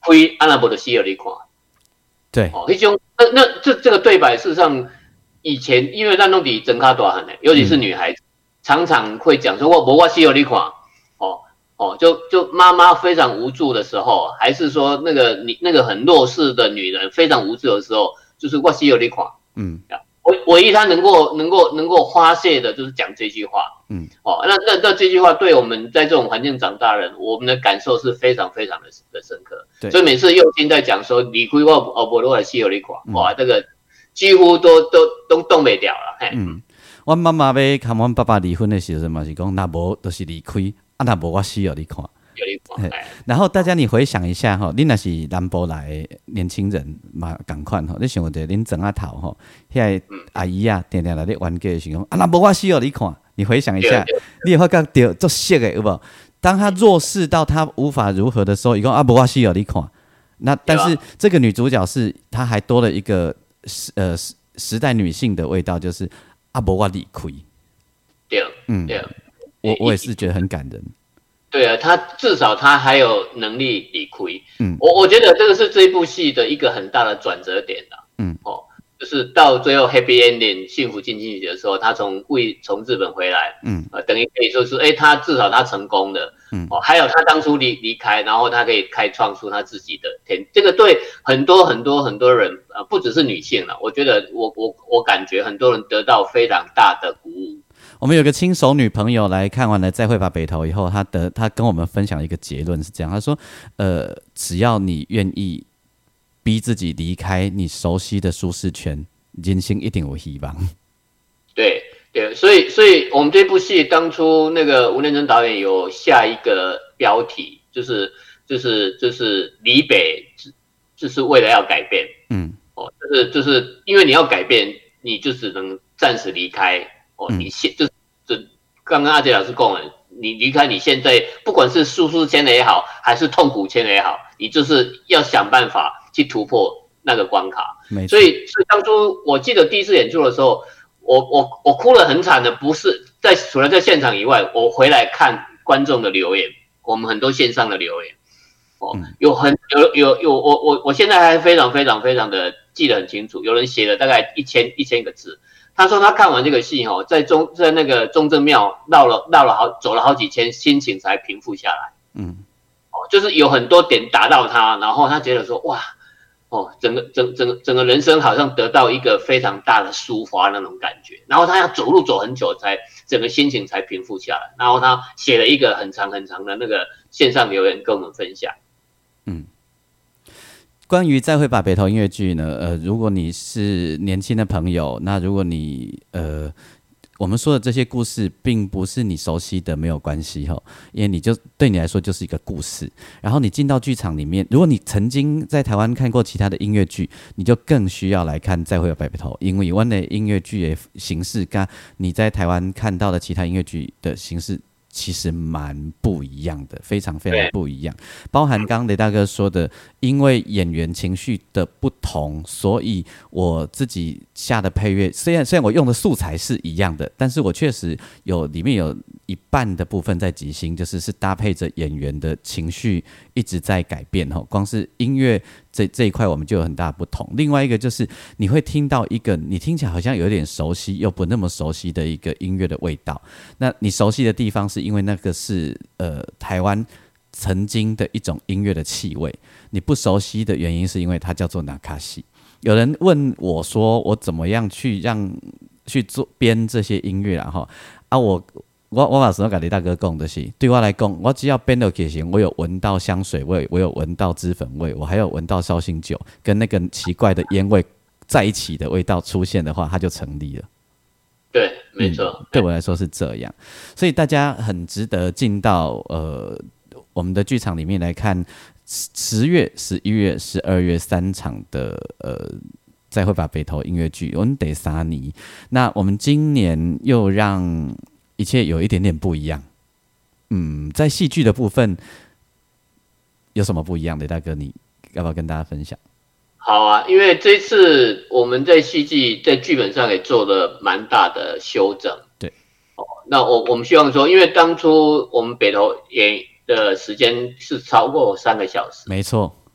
亏阿拉伯的西尔你看， 对， 哦，一种那那这这个对白，事实上以前因为咱弄底真卡大汉的，尤其是女孩子，嗯、常常会讲说我无我西尔你看，哦哦，就就妈妈非常无助的时候，还是说那个你那个很弱势的女人非常无助的时候，就是我西尔你看，嗯。唯唯一他能够能够能够发泄的，就是讲这句话。嗯，哦，那那那这句话对我们在这种环境长大的人，我们的感受是非常非常的的深刻。对，所以每次佑金在讲说离开我哦不我西有你垮，哇，这个几乎都都都动不了了。嗯， 我妈妈要看我爸爸离婚的时候嘛，是讲那无就是离开，啊那无我西有你看。然后大家你回想一下哈，你那是南部来的年轻人嘛，同款哈，你想着恁庄仔头哈，遐阿姨啊，定定来咧玩嘅时候，啊那无我需要你看，你回想一下，你也会感觉做色的有无？当他弱势到他无法如何的时候，伊讲啊无我需要你看，那但是这个女主角是她还多了一个呃时代女性的味道，就是啊无我离开。 对，嗯，对， 我我也是觉得很感人。 对啊，他至少他还有能力理亏。嗯，我我觉得这个是这部戏的一个很大的转折点啦。嗯，哦，就是到最后 happy ending 幸福进行曲的时候，他从为从日本回来，嗯，呃，等于可以说是，哎，他至少他成功了。嗯，哦，还有他当初离离开，然后他可以开创出他自己的天，这个对很多很多很多人，呃，不只是女性了，我觉得我我我感觉很多人得到非常大的鼓舞。 我们有个轻熟女朋友来看完了《再会吧北投》以后，她的她跟我们分享一个结论是这样，她说：呃，只要你愿意逼自己离开你熟悉的舒适圈，人生一定有希望。 对对，所以所以我们这部戏当初那个吴念真导演有下一个标题，就是就是就是离北，就是为了要改变。嗯，哦，就是就是因为你要改变，你就只能暂时离开。哦，你现就就刚刚阿杰老师讲了，你离开你现在不管是舒适圈的也好，还是痛苦圈的也好，你就是要想办法去突破那个关卡。所以，所以当初我记得第一次演出的时候，我我我哭了很惨的，不是在除了在现场以外，我回来看观众的留言，我们很多线上的留言，哦，有很有有有我我我现在还非常非常非常的记得很清楚，有人写了大概一千一千个字。他说他看完这个戏哈，在中在那个中正庙绕了绕了好走了好几圈，心情才平复下来。嗯，哦，就是有很多点打到他，然后他觉得说哇，哦，整个整整个整个人生好像得到一个非常大的抒发那种感觉。然后他要走路走很久才整个心情才平复下来。然后他写了一个很长很长的那个线上留言跟我们分享。嗯。 关于再会吧北投音乐剧呢，呃，如果你是年轻的朋友，那如果你呃，我们说的这些故事并不是你熟悉的，没有关系哈，因为你就对你来说就是一个故事。然后你进到剧场里面，如果你曾经在台湾看过其他的音乐剧，你就更需要来看再会吧北投，因为我们的音乐剧的形式跟你在台湾看到的其他音乐剧的形式其实蛮不一样的，非常非常不一样。包含刚刚雷大哥说的，因为演员情绪的不同，所以我自己下的配乐，虽然虽然我用的素材是一样的，但是我确实有里面有一半的部分在即兴，就是是搭配着演员的情绪一直在改变。光是音乐这这一块我们就有很大的不同。另外一个就是你会听到一个你听起来好像有点熟悉又不那么熟悉的一个音乐的味道。那你熟悉的地方是因为那个是呃台湾曾经的一种音乐的气味，你不熟悉的原因是因为它叫做纳卡西。有人问我说我怎么样去让去做编这些音乐啦齁啊我我我把时候跟雷大哥讲的是，对我来讲，我只要编到给行，我有闻到香水味，我有闻到脂粉味，我还有闻到绍兴酒跟那个奇怪的烟味在一起的味道出现的话，它就成立了。 对，没错、嗯， 对我来说是这样，所以大家很值得进到呃我们的剧场里面来看十月、十一月、十二月三场的呃。再会吧北投音乐剧，我们得沙尼。那我们今年又让一切有一点点不一样。嗯，在戏剧的部分有什么不一样的？大哥，你要不要跟大家分享？ 好啊，因为这次我们在戏剧在剧本上也做了蛮大的修正。 对， 哦，那我我们希望说，因为当初我们北投演的时间是超过三个小时， 没错。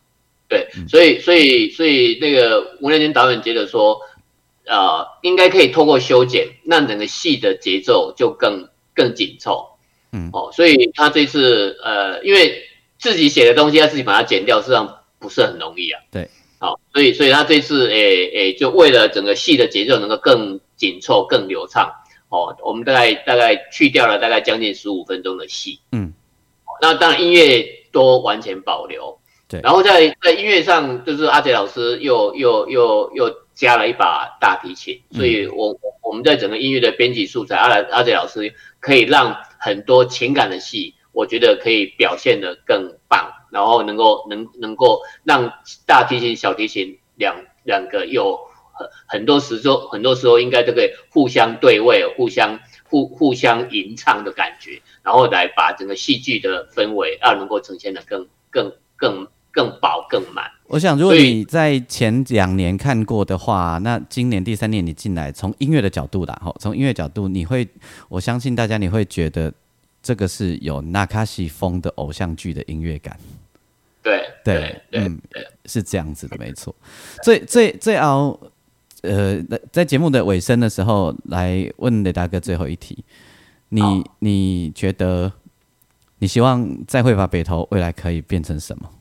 对，所以所以所以那个吴念真导演觉得说，呃，应该可以透过修剪，让整个戏的节奏就更更紧凑。嗯，哦，所以他这次呃，因为自己写的东西要自己把它剪掉，实际上不是很容易啊。 对， 好、哦，所以所以他这次诶诶，就为了整个戏的节奏能够更紧凑、更流畅，哦，我们大概大概去掉了大概将近十五分钟的戏。嗯，那当然音乐都完全保留。对，然后在在音乐上，就是阿杰老师又又又又加了一把大提琴，所以我我们在整个音乐的编辑素材，阿阿杰老师可以让很多情感的戏，我觉得可以表现得更棒，然后能够能能够让大提琴、小提琴两两个有很很多时候很多时候应该都可以互相对位、互相互互相吟唱的感觉，然后来把整个戏剧的氛围要能够呈现得更更更。更饱更满。 我想，如果你在前两年看过的话，那今年第三年你进来，从音乐的角度啦，从音乐角度，你会，我相信大家你会觉得这个是有那卡西风的偶像剧的音乐感。 对对对，嗯，是这样子的，没错。最最最后，呃，在节目的尾声的时候，来问雷大哥最后一题，你、哦、你觉得你希望再会吧北投未来可以变成什么？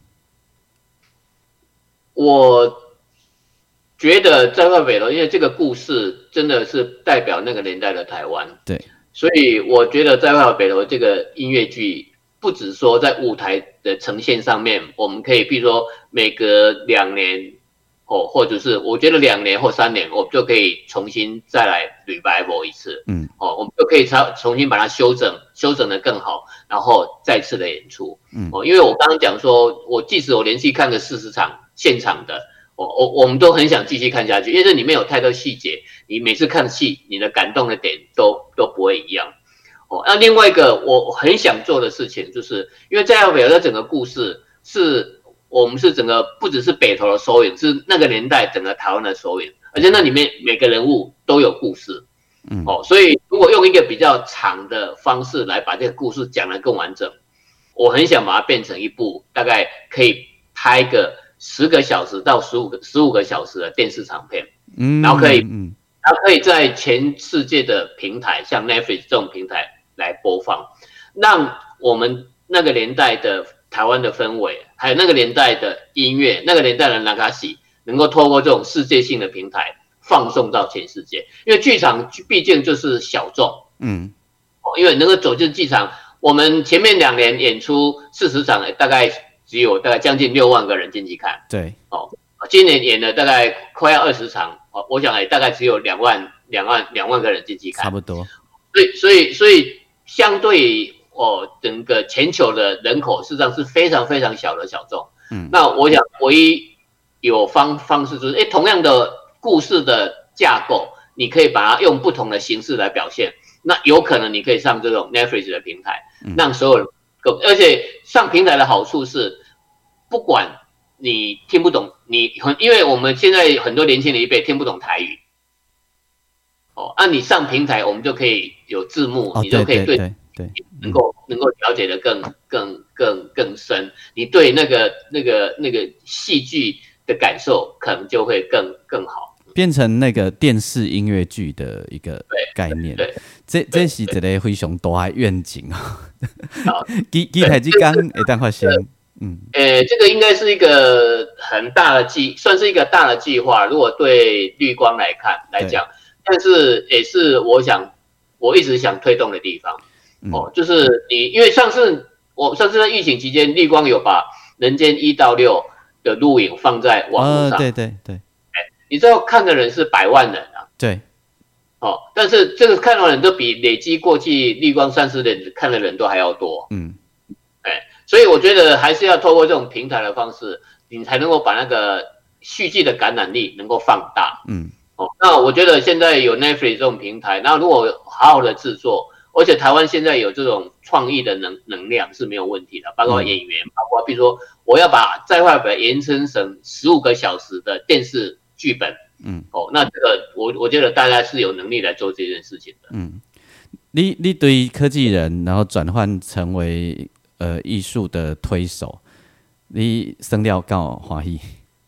我觉得在外北投，因为这个故事真的是代表那个年代的台湾， 对， 所以我觉得在外北投这个音乐剧，不只说在舞台的呈现上面，我们可以，比如说每隔两年，哦，或者是我觉得两年或三年，我们就可以重新再来 revival 一次，嗯，哦，我们就可以重新把它修整，修整得更好，然后再次的演出，嗯，哦，因为我刚刚讲说，我即使我连续看个四十场。现场的，我我我们都很想继续看下去，因为这里面有太多细节，你每次看戏，你的感动的点都都不会一样。哦，那另外一个我很想做的事情，就是因为在外北投的整个故事是，我们是整个不只是北投的缩影，是那个年代整个台湾的缩影，而且那里面每个人物都有故事。嗯，哦，所以如果用一个比较长的方式来把这个故事讲得更完整，我很想把它变成一部大概可以拍个十个小时到十五个十五个小时的电视长片，嗯，然后可以，嗯，然后可以在全世界的平台，像 Netflix 这种平台来播放，让我们那个年代的台湾的氛围，还有那个年代的音乐，那个年代的那卡西，能够透过这种世界性的平台放送到全世界。因为剧场毕竟就是小众，嗯，因为能够走进剧场，我们前面两年演出四十场，大概只有大概将近六万个人进去看， 对， 哦，今年演了大概快要二十场，哦，我想也大概只有两万两万两万个人进去看， 差不多。 所以所以所以相对于哦整个全球的人口，事实上是非常非常小的小众。嗯，那我想唯一有方方式就是，哎，同样的故事的架构，你可以把它用不同的形式来表现。那有可能你可以上这种 Netflix 的平台，让所有人。而且上平台的好处是，不管你听不懂，你很，因为我们现在很多年轻人一辈听不懂台语，哦，那、啊、你上平台，我们就可以有字幕， 哦、 你就可以对对对能够能够了解的更更更更深，你对那个那个那个戏剧的感受可能就会更更好。 变成那个电视音乐剧的一个概念， 对， 这这是一个非常大的愿景啊！期期待这天会当发生。嗯， 呃，这个应该是一个很大的计，算是一个大的计划。如果对绿光来看来讲，但是也是我想我一直想推动的地方。嗯、哦，就是你因为上次我上次在疫情期间，绿光有把《人间一到六》的录影放在网络上， 哦、对对对。 你知道看的人是百万人啊， 对， 哦，但是这个看的人都比累积过去绿光三十年看的人都还要多，嗯，哎，所以我觉得还是要透过这种平台的方式，你才能够把那个戏剧的感染力能够放大，嗯，哦，那我觉得现在有 Netflix 这种平台，那如果好好的制作，而且台湾现在有这种创意的能能量是没有问题的，包括演员，嗯、包括比如说我要把在外边延伸成十五个小时的电视剧本，嗯，哦，那这个我我觉得大家是有能力来做这件事情的。 嗯，你你对科技人，然后转换成为呃艺术的推手， 你生了够欢喜？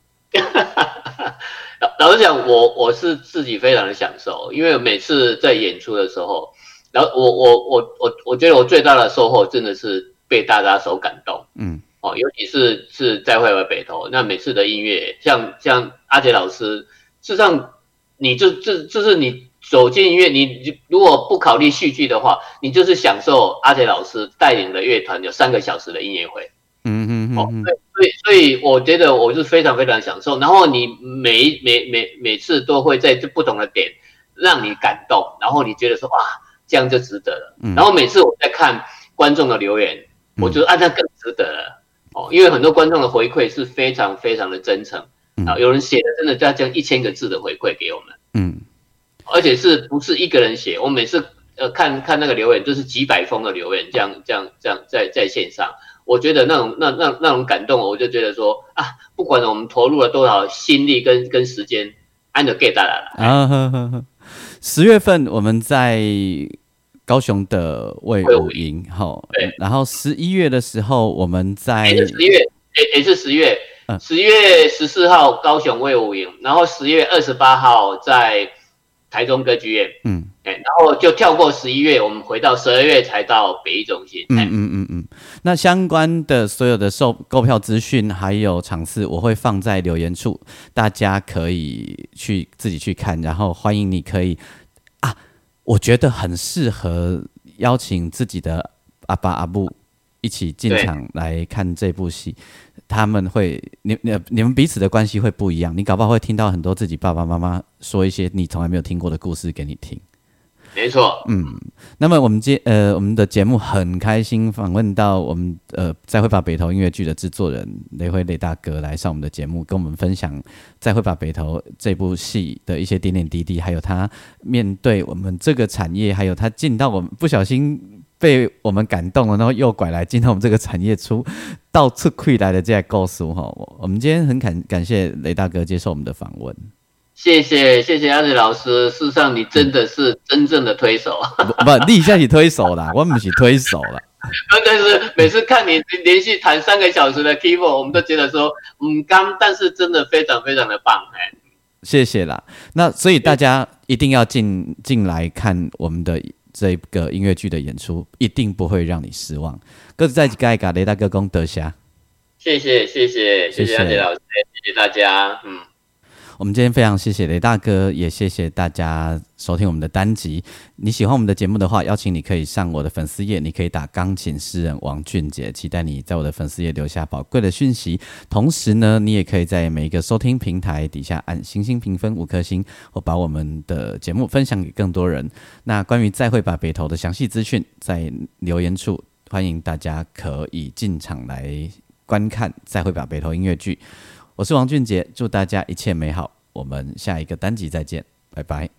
老实讲，我我是自己非常的享受，因为每次在演出的时候，然后我我我我我觉得我最大的收获真的是被大家所感动，嗯，哦，尤其是是在会吧北投，那每次的音乐，像像阿杰老师，事实上你就就就是你走进音乐，你如果不考虑戏剧的话，你就是享受阿杰老师带领的乐团有三个小时的音乐会。嗯嗯嗯，哦，所以所以我觉得我是非常非常享受。然后你每每每每次都会在这不同的点让你感动，然后你觉得说哇，这样就值得了。嗯、然后每次我在看观众的留言，嗯、我觉得啊，那更值得了哦，因为很多观众的回馈是非常非常的真诚啊、嗯，有人写的真的在这样一千个字的回馈给我们，嗯，而且是不是一个人写？我每次呃看看那个留言，就是几百封的留言，这样这样这样在在线上。我觉得那种那那那种感动，我就觉得说啊，不管我们投入了多少心力跟跟时间，按着给带来了。啊呵呵呵， 十月份我们在高雄的卫武营，哈，然后十一月的时候我们在十一月也也是十月，十月十四号高雄卫武营，然后十月二十八号在台中歌剧院，嗯。然后就跳过十一月，我们回到十二月才到北艺中心。嗯嗯嗯嗯。那相关的所有的售购票资讯还有场次，我会放在留言处，大家可以去自己去看。然后欢迎你可以啊，我觉得很适合邀请自己的阿爸阿母一起进场来看这部戏。他们会，你你你们彼此的关系会不一样。你搞不好会听到很多自己爸爸妈妈说一些你从来没有听过的故事给你听。 没错， 嗯，那么我们接呃我们的节目很开心访问到我们呃再会吧北投音乐剧的制作人雷辉雷大哥来上我们的节目，跟我们分享再会吧北投这部戏的一些点点滴滴，还有他面对我们这个产业，还有他进到我们不小心被我们感动了，然后又拐来进到我们这个产业出到处溃来的这些故事哈。我们今天很感感谢雷大哥接受我们的访问。 谢谢谢谢阿杰老师，事实上你真的是真正的推手。 不，不你现在是推手啦，我不是推手啦。 但是每次看你连续弹三个小时的 keyboard， 我们都觉得说，嗯，刚，但是真的非常非常的棒，哎。 谢谢啦。那所以大家一定要进进来看我们的这个音乐剧的演出，一定不会让你失望。各自在一起跟雷大哥讲多谢。 谢谢谢谢谢谢阿杰老师，谢谢大家，嗯。 我们今天非常谢谢雷大哥，也谢谢大家收听我们的单集。你喜欢我们的节目的话，邀请你可以上我的粉丝页，你可以打钢琴诗人王俊杰，期待你在我的粉丝页留下宝贵的讯息。同时呢，你也可以在每一个收听平台底下按星星评分五颗星，或把我们的节目分享给更多人。那关于再会吧北投的详细资讯，在留言处，欢迎大家可以进场来观看再会吧北投音乐剧。我是王俊杰，祝大家一切美好，我们下一个单集再见，拜拜。